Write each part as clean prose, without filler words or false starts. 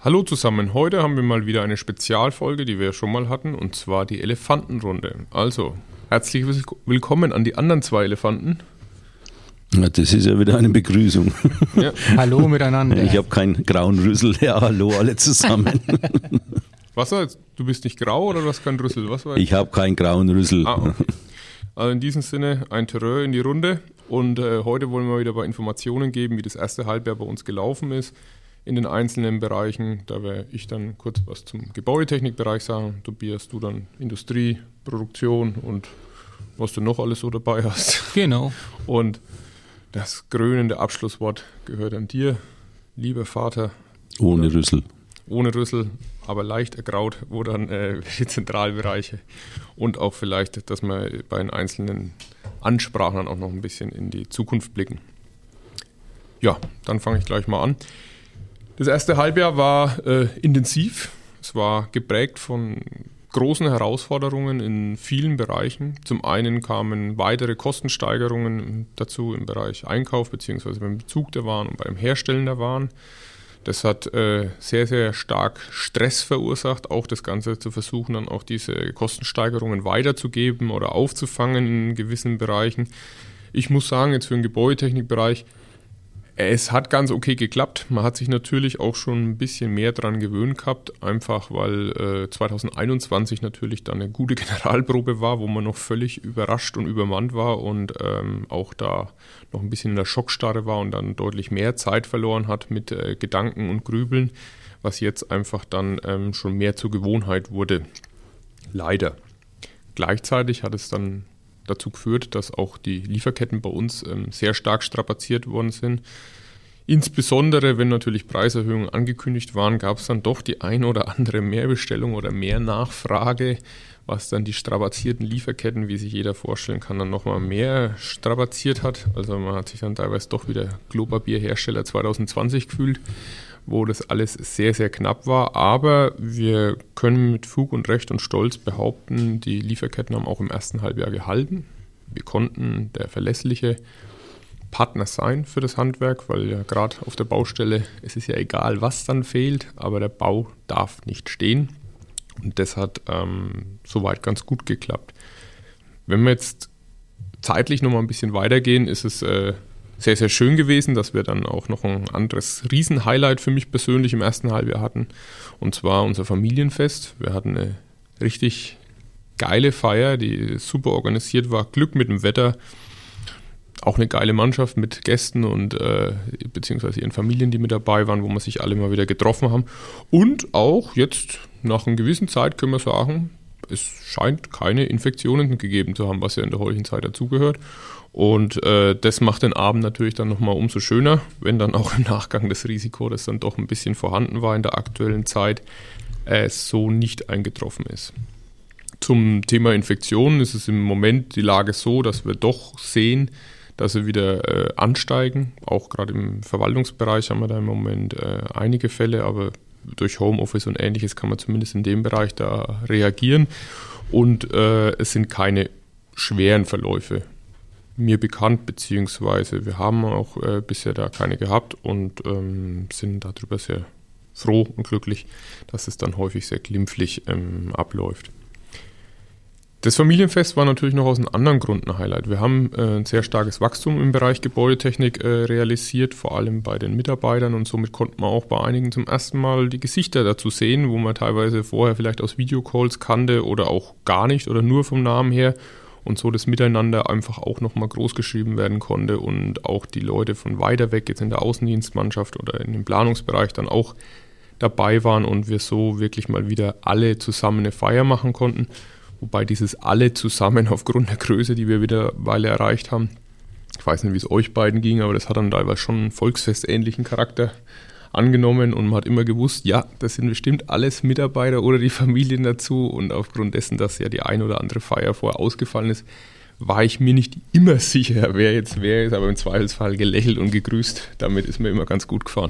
Hallo zusammen, heute haben wir mal wieder eine Spezialfolge, die wir schon mal hatten, und zwar die Elefantenrunde. Also, herzlich willkommen an die anderen zwei Elefanten. Ja, das ist ja wieder eine Begrüßung. Ja. Hallo miteinander. Ich habe keinen grauen Rüssel. Ja, hallo alle zusammen. Was war jetzt? Du bist nicht grau oder du hast keinen Rüssel? Was war jetzt? Ich habe keinen grauen Rüssel. Okay. Also in diesem Sinne ein Terreur in die Runde und heute wollen wir wieder ein paar Informationen geben, wie das erste Halbjahr bei uns gelaufen ist in den einzelnen Bereichen. Da werde ich dann kurz was zum Gebäudetechnikbereich sagen, Tobias, du dann Industrie, Produktion und was du noch alles so dabei hast. Genau. Und das krönende Abschlusswort gehört an dir, lieber Vater. Ohne Rüssel. Ohne Rüssel, aber leicht ergraut, wo dann die Zentralbereiche und auch vielleicht, dass wir bei den einzelnen Ansprachen dann auch noch ein bisschen in die Zukunft blicken. Ja, dann fange ich gleich mal an. Das erste Halbjahr war intensiv. Es war geprägt von großen Herausforderungen in vielen Bereichen. Zum einen kamen weitere Kostensteigerungen dazu im Bereich Einkauf bzw. beim Bezug der Waren und beim Herstellen der Waren. Das hat sehr, sehr stark Stress verursacht, auch das Ganze zu versuchen, dann auch diese Kostensteigerungen weiterzugeben oder aufzufangen in gewissen Bereichen. Ich muss sagen, jetzt für den Gebäudetechnikbereich, es hat ganz okay geklappt. Man hat sich natürlich auch schon ein bisschen mehr dran gewöhnt gehabt, einfach weil 2021 natürlich dann eine gute Generalprobe war, wo man noch völlig überrascht und übermannt war und auch da noch ein bisschen in der Schockstarre war und dann deutlich mehr Zeit verloren hat mit Gedanken und Grübeln, was jetzt einfach dann schon mehr zur Gewohnheit wurde. Leider. Gleichzeitig hat es dann dazu geführt, dass auch die Lieferketten bei uns sehr stark strapaziert worden sind. Insbesondere, wenn natürlich Preiserhöhungen angekündigt waren, gab es dann doch die ein oder andere Mehrbestellung oder mehr Nachfrage, was dann die strapazierten Lieferketten, wie sich jeder vorstellen kann, dann nochmal mehr strapaziert hat. Also man hat sich dann teilweise doch wieder Klopapierhersteller 2020 gefühlt, wo das alles sehr, sehr knapp war. Aber wir können mit Fug und Recht und Stolz behaupten, die Lieferketten haben auch im ersten Halbjahr gehalten. Wir konnten der verlässliche Partner sein für das Handwerk, weil ja gerade auf der Baustelle, es ist ja egal, was dann fehlt, aber der Bau darf nicht stehen. Und das hat soweit ganz gut geklappt. Wenn wir jetzt zeitlich nochmal ein bisschen weitergehen, ist es sehr, sehr schön gewesen, dass wir dann auch noch ein anderes Riesenhighlight für mich persönlich im ersten Halbjahr hatten. Und zwar unser Familienfest. Wir hatten eine richtig geile Feier, die super organisiert war. Glück mit dem Wetter. Auch eine geile Mannschaft mit Gästen und beziehungsweise ihren Familien, die mit dabei waren, wo wir sich alle mal wieder getroffen haben. Und auch jetzt nach einer gewissen Zeit können wir sagen, es scheint keine Infektionen gegeben zu haben, was ja in der heutigen Zeit dazugehört. Und das macht den Abend natürlich dann nochmal umso schöner, wenn dann auch im Nachgang das Risiko, das dann doch ein bisschen vorhanden war in der aktuellen Zeit, so nicht eingetroffen ist. Zum Thema Infektionen ist es im Moment die Lage so, dass wir doch sehen, dass sie wieder ansteigen. Auch gerade im Verwaltungsbereich haben wir da im Moment einige Fälle, aber durch Homeoffice und Ähnliches kann man zumindest in dem Bereich da reagieren. Und es sind keine schweren Verläufe mir bekannt, beziehungsweise wir haben auch bisher da keine gehabt und sind darüber sehr froh und glücklich, dass es dann häufig sehr glimpflich abläuft. Das Familienfest war natürlich noch aus einem anderen Grund ein Highlight. Wir haben ein sehr starkes Wachstum im Bereich Gebäudetechnik realisiert, vor allem bei den Mitarbeitern, und somit konnte man auch bei einigen zum ersten Mal die Gesichter dazu sehen, wo man teilweise vorher vielleicht aus Videocalls kannte oder auch gar nicht oder nur vom Namen her, und so das Miteinander einfach auch nochmal groß geschrieben werden konnte und auch die Leute von weiter weg jetzt in der Außendienstmannschaft oder in dem Planungsbereich dann auch dabei waren und wir so wirklich mal wieder alle zusammen eine Feier machen konnten. Wobei dieses alle zusammen aufgrund der Größe, die wir mittlerweile erreicht haben, ich weiß nicht, wie es euch beiden ging, aber das hat dann teilweise schon einen volksfestähnlichen Charakter angenommen und man hat immer gewusst, ja, das sind bestimmt alles Mitarbeiter oder die Familien dazu, und aufgrund dessen, dass ja die ein oder andere Feier vorher ausgefallen ist, war ich mir nicht immer sicher, wer jetzt wer ist, aber im Zweifelsfall gelächelt und gegrüßt. Damit ist mir immer ganz gut gefahren.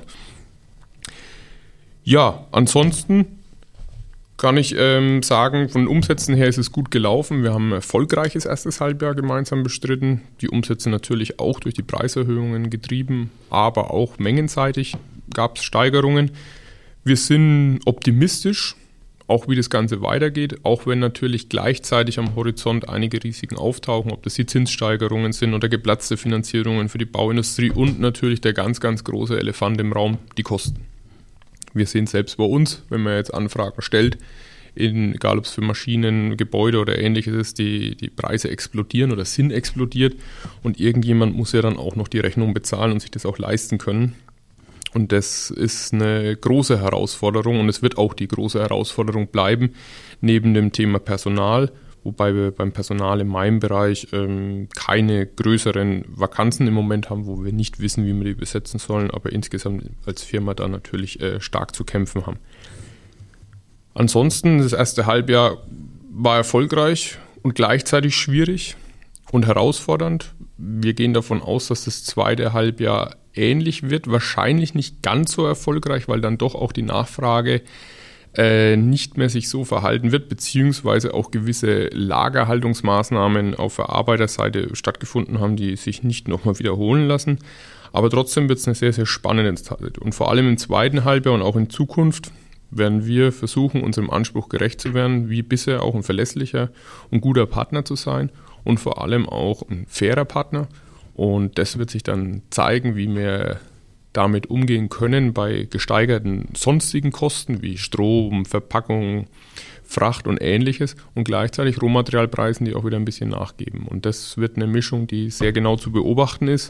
Ja, ansonsten kann ich sagen, von den Umsätzen her ist es gut gelaufen. Wir haben ein erfolgreiches erstes Halbjahr gemeinsam bestritten. Die Umsätze natürlich auch durch die Preiserhöhungen getrieben, aber auch mengenseitig gab es Steigerungen. Wir sind optimistisch, auch wie das Ganze weitergeht, auch wenn natürlich gleichzeitig am Horizont einige Risiken auftauchen, ob das die Zinssteigerungen sind oder geplatzte Finanzierungen für die Bauindustrie und natürlich der ganz, ganz große Elefant im Raum, die Kosten. Wir sehen selbst bei uns, wenn man jetzt Anfragen stellt, egal ob es für Maschinen, Gebäude oder ähnliches ist, die Preise explodieren oder sind explodiert und irgendjemand muss ja dann auch noch die Rechnung bezahlen und sich das auch leisten können. Und das ist eine große Herausforderung und es wird auch die große Herausforderung bleiben, neben dem Thema Personal, wobei wir beim Personal in meinem Bereich keine größeren Vakanzen im Moment haben, wo wir nicht wissen, wie wir die besetzen sollen, aber insgesamt als Firma da natürlich stark zu kämpfen haben. Ansonsten, das erste Halbjahr war erfolgreich und gleichzeitig schwierig und herausfordernd. Wir gehen davon aus, dass das zweite Halbjahr ähnlich wird, wahrscheinlich nicht ganz so erfolgreich, weil dann doch auch die Nachfrage nicht mehr sich so verhalten wird, beziehungsweise auch gewisse Lagerhaltungsmaßnahmen auf der Arbeiterseite stattgefunden haben, die sich nicht nochmal wiederholen lassen. Aber trotzdem wird es eine sehr, sehr spannende Zeit. Und vor allem im zweiten Halbjahr und auch in Zukunft werden wir versuchen, unserem Anspruch gerecht zu werden, wie bisher auch ein verlässlicher und guter Partner zu sein und vor allem auch ein fairer Partner. Und das wird sich dann zeigen, wie wir damit umgehen können bei gesteigerten sonstigen Kosten wie Strom, Verpackung, Fracht und Ähnliches und gleichzeitig Rohmaterialpreisen, die auch wieder ein bisschen nachgeben. Und das wird eine Mischung, die sehr genau zu beobachten ist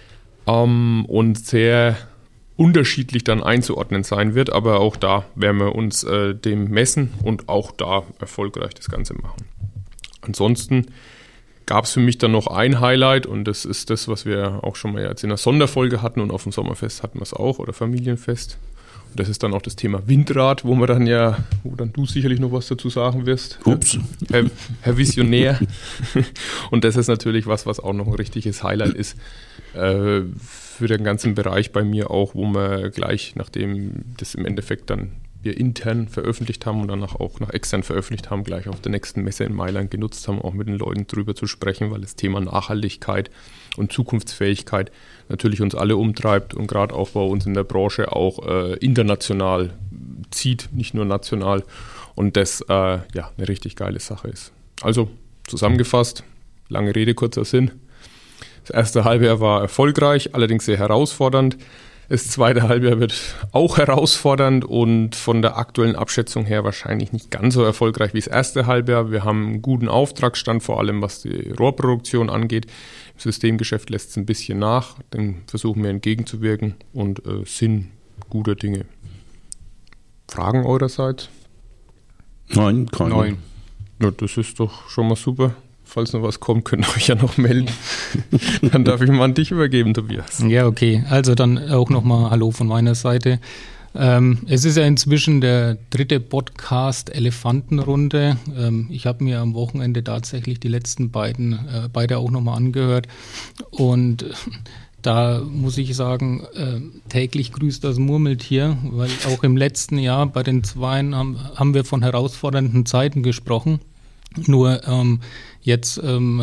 und sehr unterschiedlich dann einzuordnen sein wird, aber auch da werden wir uns dem messen und auch da erfolgreich das Ganze machen. Ansonsten gab es für mich dann noch ein Highlight und das ist das, was wir auch schon mal jetzt in einer Sonderfolge hatten und auf dem Sommerfest hatten wir es auch oder Familienfest. Und das ist dann auch das Thema Windrad, wo dann du sicherlich noch was dazu sagen wirst. Ups. Herr Visionär. Und das ist natürlich was auch noch ein richtiges Highlight ist für den ganzen Bereich bei mir auch, wo wir gleich, nachdem das im Endeffekt dann wir intern veröffentlicht haben und danach auch nach extern veröffentlicht haben, gleich auf der nächsten Messe in Mailand genutzt haben, auch mit den Leuten drüber zu sprechen, weil das Thema Nachhaltigkeit und Zukunftsfähigkeit natürlich uns alle umtreibt und gerade auch bei uns in der Branche auch international zieht, nicht nur national und das eine richtig geile Sache ist. Also zusammengefasst, lange Rede, kurzer Sinn. Das erste Halbjahr war erfolgreich, allerdings sehr herausfordernd. Das zweite Halbjahr wird auch herausfordernd und von der aktuellen Abschätzung her wahrscheinlich nicht ganz so erfolgreich wie das erste Halbjahr. Wir haben einen guten Auftragsstand, vor allem was die Rohrproduktion angeht. Im Systemgeschäft lässt es ein bisschen nach, dem versuchen wir entgegenzuwirken und sind guter Dinge. Fragen eurerseits? Nein, keine. Nein. Ja, das ist doch schon mal super. Falls noch was kommt, könnt ihr euch ja noch melden. Dann darf ich mal an dich übergeben, Tobias. Ja, okay. Also dann auch nochmal Hallo von meiner Seite. Es ist ja inzwischen der 3. Podcast Elefantenrunde. Ich habe mir am Wochenende tatsächlich die letzten beide auch nochmal angehört. Und da muss ich sagen, täglich grüßt das Murmeltier, weil auch im letzten Jahr bei den Zweien haben wir von herausfordernden Zeiten gesprochen. Nur jetzt am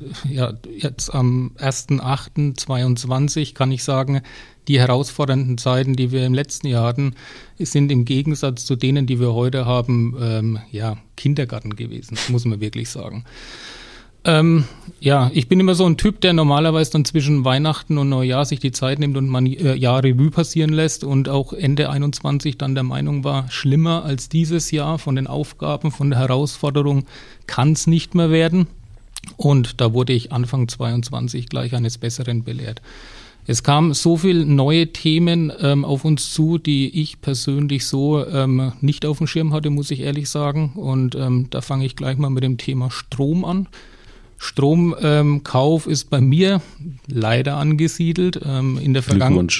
1.8.22 kann ich sagen, die herausfordernden Zeiten, die wir im letzten Jahr hatten, sind im Gegensatz zu denen, die wir heute haben, Kindergarten gewesen, muss man wirklich sagen. Ich bin immer so ein Typ, der normalerweise dann zwischen Weihnachten und Neujahr sich die Zeit nimmt und man Jahr Revue passieren lässt und auch Ende 21 dann der Meinung war, schlimmer als dieses Jahr von den Aufgaben, von der Herausforderung kann es nicht mehr werden. Und da wurde ich Anfang 22 gleich eines Besseren belehrt. Es kamen so viele neue Themen auf uns zu, die ich persönlich so nicht auf dem Schirm hatte, muss ich ehrlich sagen. Und da fange ich gleich mal mit dem Thema Strom an. Stromkauf ist bei mir leider angesiedelt. In der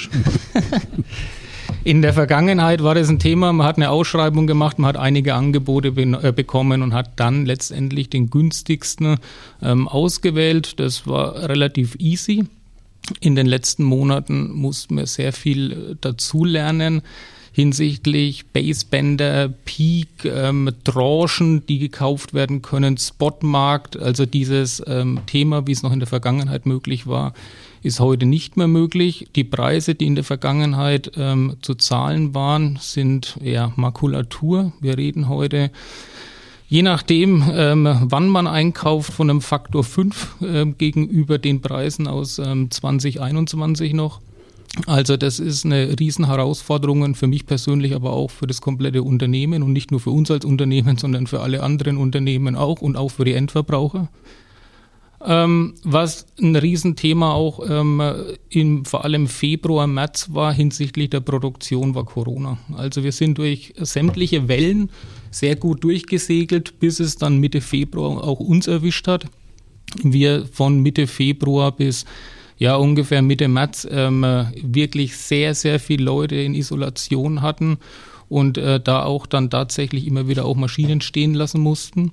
Vergangenheit war das ein Thema, man hat eine Ausschreibung gemacht, man hat einige Angebote bekommen und hat dann letztendlich den günstigsten ausgewählt. Das war relativ easy. In den letzten Monaten mussten wir sehr viel dazulernen hinsichtlich Basebänder, Peak, Tranchen, die gekauft werden können, Spotmarkt, also dieses Thema, wie es noch in der Vergangenheit möglich war, ist heute nicht mehr möglich. Die Preise, die in der Vergangenheit zu zahlen waren, sind eher Makulatur. Wir reden heute, je nachdem, wann man einkauft, von einem Faktor 5 gegenüber den Preisen aus 2021 noch. Also das ist eine Riesenherausforderung für mich persönlich, aber auch für das komplette Unternehmen und nicht nur für uns als Unternehmen, sondern für alle anderen Unternehmen auch und auch für die Endverbraucher. Was ein Riesenthema auch vor allem Februar, März war hinsichtlich der Produktion, war Corona. Also wir sind durch sämtliche Wellen sehr gut durchgesegelt, bis es dann Mitte Februar auch uns erwischt hat. Wir von Mitte Februar bis ungefähr Mitte März wirklich sehr, sehr viele Leute in Isolation hatten und da auch dann tatsächlich immer wieder auch Maschinen stehen lassen mussten.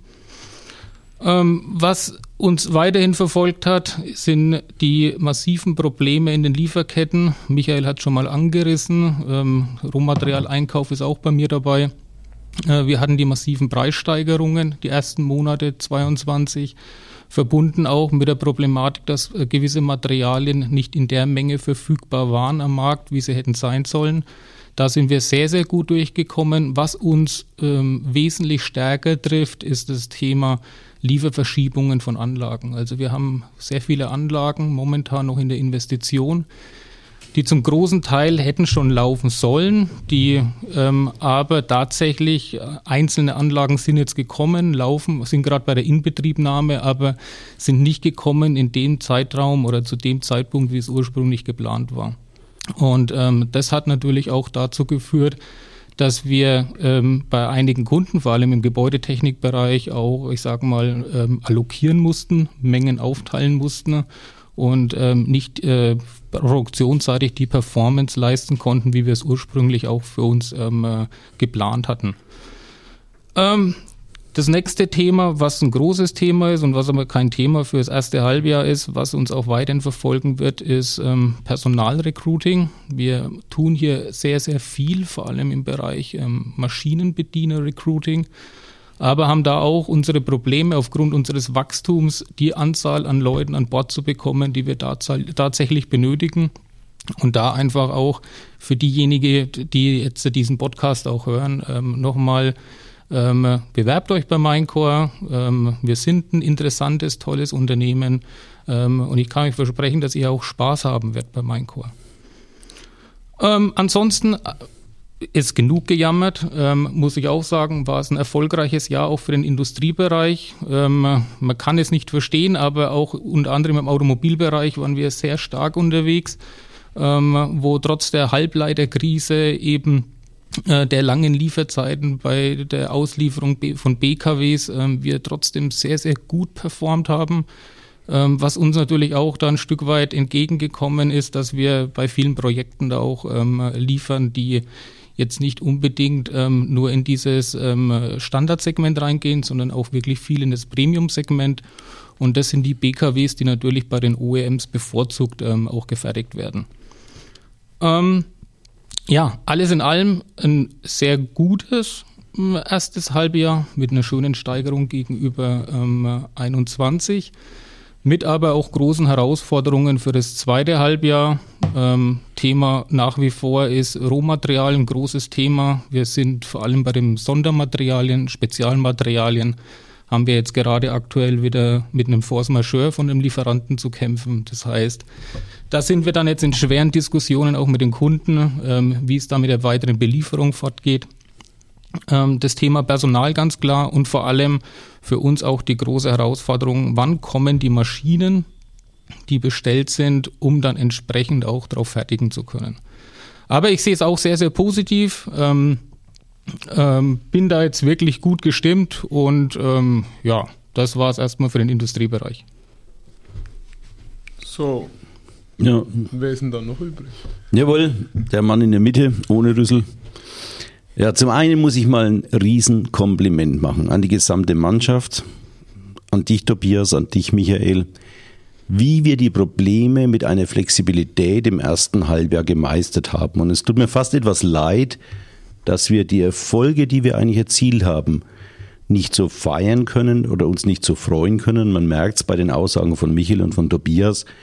Was uns weiterhin verfolgt hat, sind die massiven Probleme in den Lieferketten. Michael hat schon mal angerissen, Rohmaterialeinkauf ist auch bei mir dabei. Wir hatten die massiven Preissteigerungen, die ersten Monate 22, verbunden auch mit der Problematik, dass gewisse Materialien nicht in der Menge verfügbar waren am Markt, wie sie hätten sein sollen. Da sind wir sehr, sehr gut durchgekommen. Was uns wesentlich stärker trifft, ist das Thema Lieferverschiebungen von Anlagen. Also wir haben sehr viele Anlagen momentan noch in der Investition, die zum großen Teil hätten schon laufen sollen, die aber tatsächlich einzelne Anlagen sind jetzt gekommen, laufen, sind gerade bei der Inbetriebnahme, aber sind nicht gekommen in dem Zeitraum oder zu dem Zeitpunkt, wie es ursprünglich geplant war. Und das hat natürlich auch dazu geführt, dass wir bei einigen Kunden, vor allem im Gebäudetechnikbereich, auch, allokieren mussten, Mengen aufteilen mussten und nicht produktionsseitig die Performance leisten konnten, wie wir es ursprünglich auch für uns geplant hatten. Das nächste Thema, was ein großes Thema ist und was aber kein Thema für das erste Halbjahr ist, was uns auch weiterhin verfolgen wird, ist Personalrecruiting. Wir tun hier sehr, sehr viel, vor allem im Bereich Maschinenbediener-Recruiting, aber haben da auch unsere Probleme aufgrund unseres Wachstums, die Anzahl an Leuten an Bord zu bekommen, die wir tatsächlich benötigen. Und da einfach auch für diejenigen, die jetzt diesen Podcast auch hören, nochmal bewerbt euch bei Minecore. Wir sind ein interessantes, tolles Unternehmen und ich kann euch versprechen, dass ihr auch Spaß haben werdet bei Minecore. Ansonsten ist genug gejammert, muss ich auch sagen, war es ein erfolgreiches Jahr auch für den Industriebereich. Man kann es nicht verstehen, aber auch unter anderem im Automobilbereich waren wir sehr stark unterwegs, wo trotz der Halbleiterkrise eben der langen Lieferzeiten bei der Auslieferung von BKWs wir trotzdem sehr, sehr gut performt haben. Was uns natürlich auch da ein Stück weit entgegengekommen ist, dass wir bei vielen Projekten da auch liefern, die jetzt nicht unbedingt nur in dieses Standardsegment reingehen, sondern auch wirklich viel in das Premium-Segment. Und das sind die BKWs, die natürlich bei den OEMs bevorzugt auch gefertigt werden. Alles in allem ein sehr gutes erstes Halbjahr mit einer schönen Steigerung gegenüber 21, mit aber auch großen Herausforderungen für das zweite Halbjahr. Thema nach wie vor ist Rohmaterial, ein großes Thema. Wir sind vor allem bei den Sondermaterialien, Spezialmaterialien, haben wir jetzt gerade aktuell wieder mit einem Force Majeure von einem Lieferanten zu kämpfen. Das heißt, da sind wir dann jetzt in schweren Diskussionen auch mit den Kunden, wie es da mit der weiteren Belieferung fortgeht. Das Thema Personal ganz klar und vor allem für uns auch die große Herausforderung, wann kommen die Maschinen, die bestellt sind, um dann entsprechend auch darauf fertigen zu können. Aber ich sehe es auch sehr, sehr positiv. Bin da jetzt wirklich gut gestimmt und das war es erstmal für den Industriebereich. So, wer ist denn da noch übrig? Jawohl, der Mann in der Mitte, ohne Rüssel. Ja, zum einen muss ich mal ein Riesenkompliment machen an die gesamte Mannschaft, an dich Tobias, an dich Michael, wie wir die Probleme mit einer Flexibilität im ersten Halbjahr gemeistert haben. Und es tut mir fast etwas leid, dass wir die Erfolge, die wir eigentlich erzielt haben, nicht so feiern können oder uns nicht so freuen können. Man merkt es bei den Aussagen von Michael und von Tobias,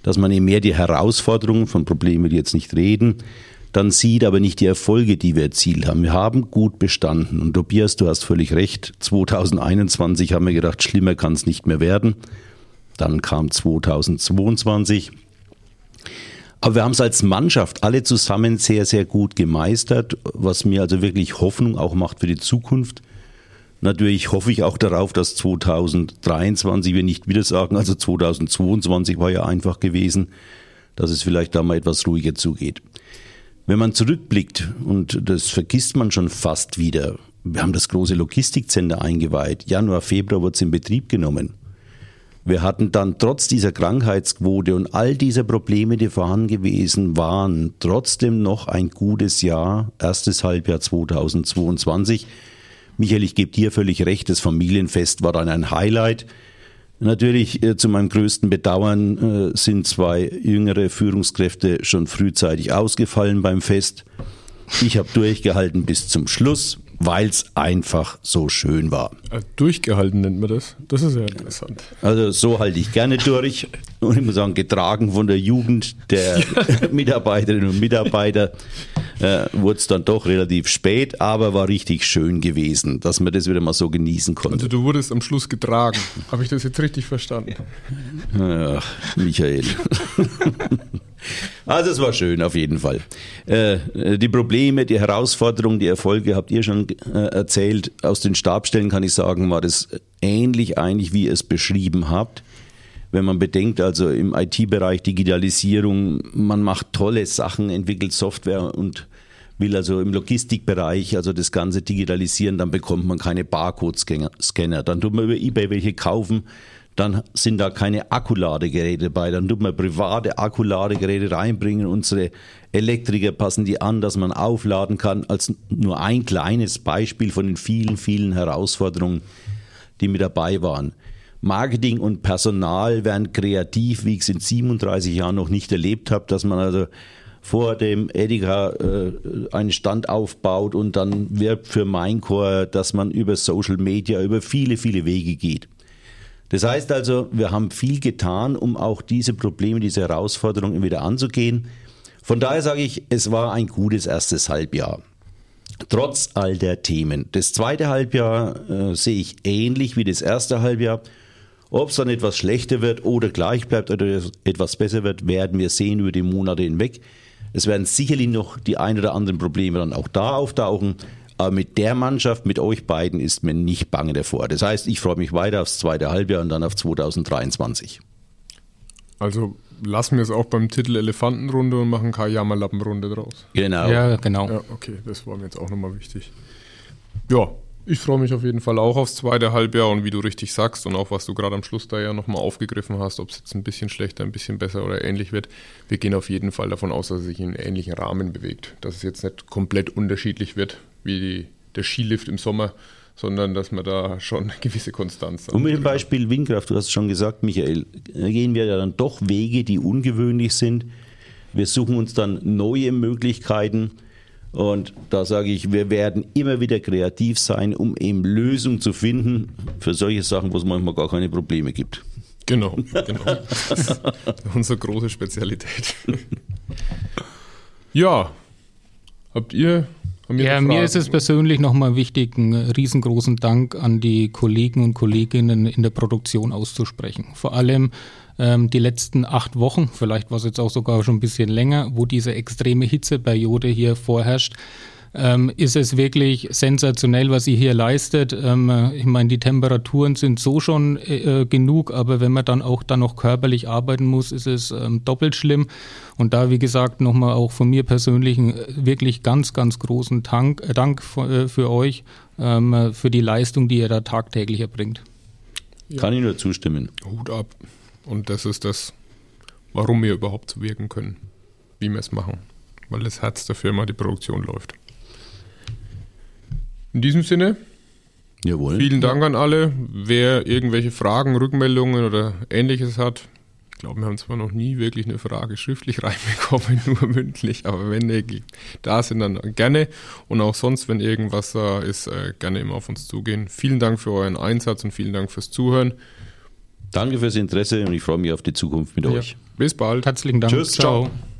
dass man eben mehr die Herausforderungen von Problemen, die jetzt nicht reden, dann sieht, aber nicht die Erfolge, die wir erzielt haben. Wir haben gut bestanden. Und Tobias, du hast völlig recht, 2021 haben wir gedacht, schlimmer kann es nicht mehr werden. Dann kam 2022. Aber wir haben es als Mannschaft alle zusammen sehr, sehr gut gemeistert, was mir also wirklich Hoffnung auch macht für die Zukunft. Natürlich hoffe ich auch darauf, dass 2023 wir nicht wieder sagen, also 2022 war ja einfach gewesen, dass es vielleicht da mal etwas ruhiger zugeht. Wenn man zurückblickt, und das vergisst man schon fast wieder, wir haben das große Logistikcenter eingeweiht. Januar, Februar wurde es in Betrieb genommen. Wir hatten dann trotz dieser Krankheitsquote und all dieser Probleme, die vorhanden gewesen waren, trotzdem noch ein gutes Jahr, erstes Halbjahr 2022. Michael, ich gebe dir völlig recht, das Familienfest war dann ein Highlight. Natürlich zu meinem größten Bedauern sind 2 jüngere Führungskräfte schon frühzeitig ausgefallen beim Fest. Ich habe durchgehalten bis zum Schluss, weil es einfach so schön war. Durchgehalten nennt man das. Das ist ja interessant. Also so halte ich gerne durch. Und ich muss sagen, getragen von der Jugend der Mitarbeiterinnen und Mitarbeiter wurde es dann doch relativ spät, aber war richtig schön gewesen, dass man das wieder mal so genießen konnte. Also du wurdest am Schluss getragen. Habe ich das jetzt richtig verstanden? Ach, Michael. Also es war schön auf jeden Fall. Die Probleme, die Herausforderungen, die Erfolge habt ihr schon erzählt. Aus den Stabstellen kann ich sagen, war das ähnlich eigentlich, wie ihr es beschrieben habt. Wenn man bedenkt, also im IT-Bereich Digitalisierung, man macht tolle Sachen, entwickelt Software und will also im Logistikbereich also das Ganze digitalisieren, dann bekommt man keine Barcode-Scanner. Dann tut man über eBay welche kaufen, dann sind da keine Akkuladegeräte bei, dann tut man private Akkuladegeräte reinbringen, unsere Elektriker passen die an, dass man aufladen kann, als nur ein kleines Beispiel von den vielen, vielen Herausforderungen, die mit dabei waren. Marketing und Personal werden kreativ, wie ich es in 37 Jahren noch nicht erlebt habe, dass man also vor dem Edeka einen Stand aufbaut und dann wirbt für Minecore, dass man über Social Media, über viele, viele Wege geht. Das heißt also, wir haben viel getan, um auch diese Probleme, diese Herausforderungen wieder anzugehen. Von daher sage ich, es war ein gutes erstes Halbjahr. Trotz all der Themen. Das zweite Halbjahr sehe ich ähnlich wie das erste Halbjahr. Ob es dann etwas schlechter wird oder gleich bleibt oder etwas besser wird, werden wir sehen über die Monate hinweg. Es werden sicherlich noch die ein oder anderen Probleme dann auch da auftauchen. Aber mit der Mannschaft, mit euch beiden, ist mir nicht bange davor. Das heißt, ich freue mich weiter aufs zweite Halbjahr und dann auf 2023. Also lassen wir es auch beim Titel Elefantenrunde und machen keine Jammerlappenrunde draus. Genau. Ja, genau. Ja, okay, das war mir jetzt auch nochmal wichtig. Ja, ich freue mich auf jeden Fall auch aufs zweite Halbjahr und wie du richtig sagst und auch was du gerade am Schluss da ja nochmal aufgegriffen hast, ob es jetzt ein bisschen schlechter, ein bisschen besser oder ähnlich wird. Wir gehen auf jeden Fall davon aus, dass es sich in einem ähnlichen Rahmen bewegt, dass es jetzt nicht komplett unterschiedlich wird wie der Skilift im Sommer, sondern dass man da schon eine gewisse Konstanz hat. Und mit dem Beispiel Windkraft, du hast es schon gesagt, Michael, gehen wir ja dann doch Wege, die ungewöhnlich sind. Wir suchen uns dann neue Möglichkeiten. Und da sage ich, wir werden immer wieder kreativ sein, um eben Lösungen zu finden für solche Sachen, wo es manchmal gar keine Probleme gibt. Genau. Das ist unsere große Spezialität. Ja, mir ist es persönlich nochmal wichtig, einen riesengroßen Dank an die Kollegen und Kolleginnen in der Produktion auszusprechen. Vor allem die letzten 8 Wochen, vielleicht war es jetzt auch sogar schon ein bisschen länger, wo diese extreme Hitzeperiode hier vorherrscht, ist es wirklich sensationell, was ihr hier leistet. Ich meine, die Temperaturen sind so schon genug, aber wenn man dann auch noch körperlich arbeiten muss, ist es doppelt schlimm. Und da, wie gesagt, nochmal auch von mir persönlich einen wirklich ganz, ganz großen Dank für euch, für die Leistung, die ihr da tagtäglich erbringt. Ja. Kann ich nur zustimmen. Hut ab. Und das ist das, warum wir überhaupt so wirken können, wie wir es machen. Weil das Herz der Firma, die Produktion läuft. In diesem Sinne, jawohl. Vielen Dank an alle. Wer irgendwelche Fragen, Rückmeldungen oder Ähnliches hat, ich glaube, wir haben zwar noch nie wirklich eine Frage schriftlich reinbekommen, nur mündlich, aber wenn die da sind, dann gerne. Und auch sonst, wenn irgendwas da ist, gerne immer auf uns zugehen. Vielen Dank für euren Einsatz und vielen Dank fürs Zuhören. Danke fürs Interesse und ich freue mich auf die Zukunft mit euch. Bis bald. Herzlichen Dank. Tschüss, ciao.